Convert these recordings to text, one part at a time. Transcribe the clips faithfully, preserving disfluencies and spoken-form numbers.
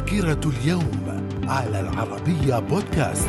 ذاكرة اليوم على العربية بودكاست.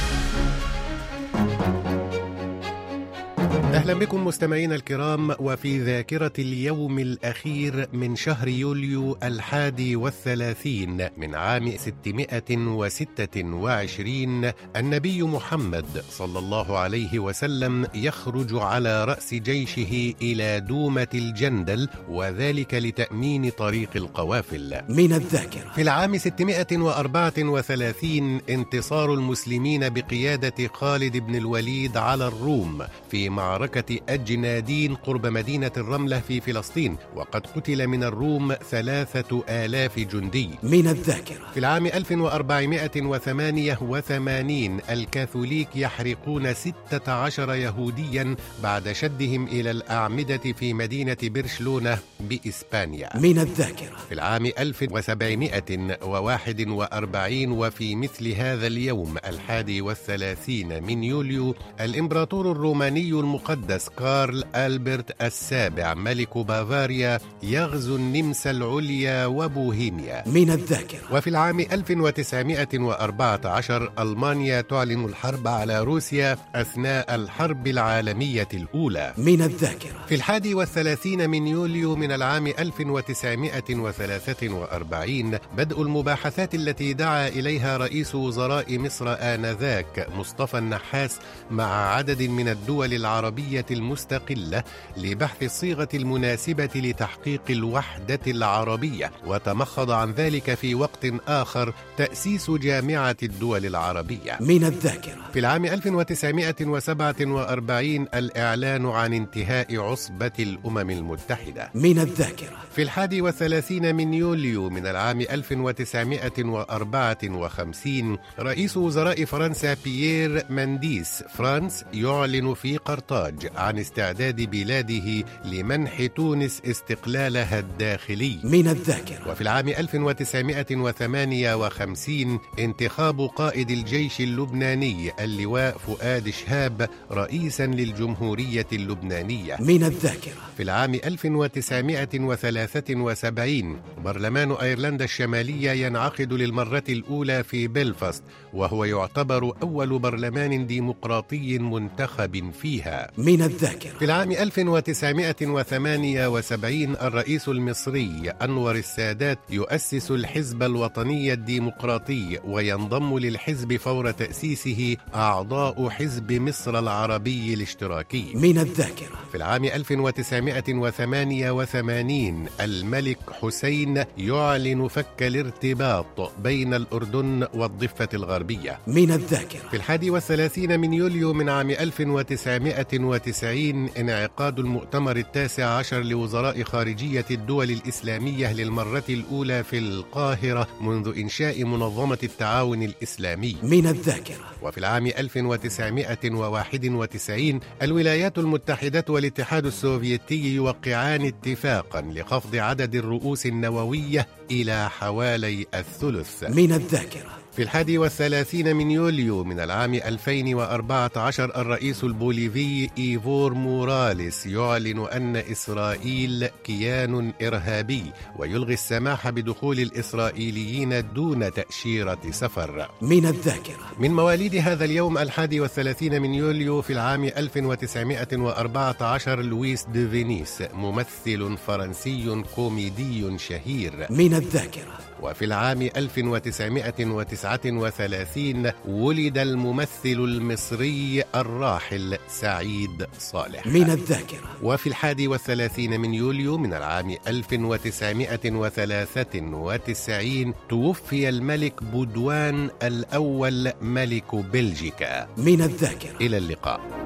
أهلا بكم مستمعين الكرام، وفي ذاكرة اليوم الأخير من شهر يوليو الحادي والثلاثين من عام ستمائة وستة وعشرين، النبي محمد صلى الله عليه وسلم يخرج على رأس جيشه إلى دومة الجندل، وذلك لتأمين طريق القوافل. من الذاكرة. في العام ستمائة وأربعة وثلاثين انتصار المسلمين بقيادة خالد بن الوليد على الروم في معركة الجنادين قرب مدينة الرملة في فلسطين، وقد قتل من الروم ثلاثة آلاف جندي. من الذاكرة. في العام ألف وأربعمائة وثمانية وثمانين الكاثوليك يحرقون ستة عشر يهوديا بعد شدهم إلى الأعمدة في مدينة برشلونة بإسبانيا. من الذاكرة. في العام ألف وسبعمائة وواحد وأربعين وفي مثل هذا اليوم الحادي والثلاثين من يوليو، الإمبراطور الروماني المقدس كارل ألبرت السابع ملك بافاريا يغزو النمسا العليا وبوهيميا. من الذاكرة. وفي العام ألف وتسعمائة وأربعة عشر ألمانيا تعلن الحرب على روسيا أثناء الحرب العالمية الأولى. من الذاكرة. في الحادي والثلاثين من يوليو من العام ألف وتسعمائة وثلاثة وأربعين بدء المباحثات التي دعا إليها رئيس وزراء مصر آنذاك مصطفى النحاس مع عدد من الدول العربية المستقلة لبحث الصيغة المناسبة لتحقيق الوحدة العربية، وتمخض عن ذلك في وقت آخر تأسيس جامعة الدول العربية. من الذاكرة. في العام ألف وتسعمائة وسبعة وأربعين الإعلان عن انتهاء عصبة الأمم المتحدة. من الذاكرة. في الحادي والثلاثين من يوليو من العام ألف وتسعمائة وأربعة وخمسين رئيس وزراء فرنسا بيير مانديس فرانس يعلن في قرطاج عن استعداد بلاده لمنح تونس استقلالها الداخلي. من الذاكرة. وفي العام ألف وتسعمائة وثمانية وخمسين انتخاب قائد الجيش اللبناني اللواء فؤاد شهاب رئيسا للجمهورية اللبنانية. من الذاكرة. في العام ألف وتسعمائة وثلاثة وسبعين برلمان أيرلندا الشمالية ينعقد للمرة الأولى في بلفاست، وهو يعتبر أول برلمان ديمقراطي منتخب فيها. من الذاكرة. في العام ألف وتسعمائة وثمانية وسبعين الرئيس المصري أنور السادات يؤسس الحزب الوطني الديمقراطي، وينضم للحزب فور تأسيسه أعضاء حزب مصر العربي الاشتراكي. من الذاكرة. في العام ألف وتسعمائة وثمانية وثمانين الملك حسين يعلن فك الارتباط بين الأردن والضفة الغربية. من الذاكرة. في الحادي والثلاثين من يوليو من عام ألف وتسعمائة وتسعين انعقاد المؤتمر التاسع عشر لوزراء خارجية الدول الإسلامية للمرة الأولى في القاهرة منذ إنشاء منظمة التعاون الإسلامي. من الذاكرة. وفي العام ألف وتسعمائة وواحد وتسعين الولايات المتحدة والاتحاد السوفيتي يوقعان اتفاقا لخفض عدد الرؤوس النووية إلى حوالي الثلث. من الذاكرة. في الحادي والثلاثين من يوليو من العام ألفين وأربعة عشر الرئيس البوليفي إيفور موراليس يعلن أن إسرائيل كيان إرهابي، ويلغي السماح بدخول الإسرائيليين دون تأشيرة سفر. من الذاكرة. من مواليد هذا اليوم الحادي والثلاثين من يوليو في العام ألف وتسعمائة وأربعة عشر لويس دي فينيس ممثل فرنسي كوميدي شهير. من الذاكرة. وفي العام ألف وتسعمائة وتسعة وثلاثين ولد الممثل المصري الراحل سعيد صالح. من الذاكرة. وفي الحادي والثلاثين من يوليو من العام ألف وتسعمائة وثلاثة وتسعين توفي الملك بودوان الأول ملك بلجيكا. من الذاكرة. إلى اللقاء.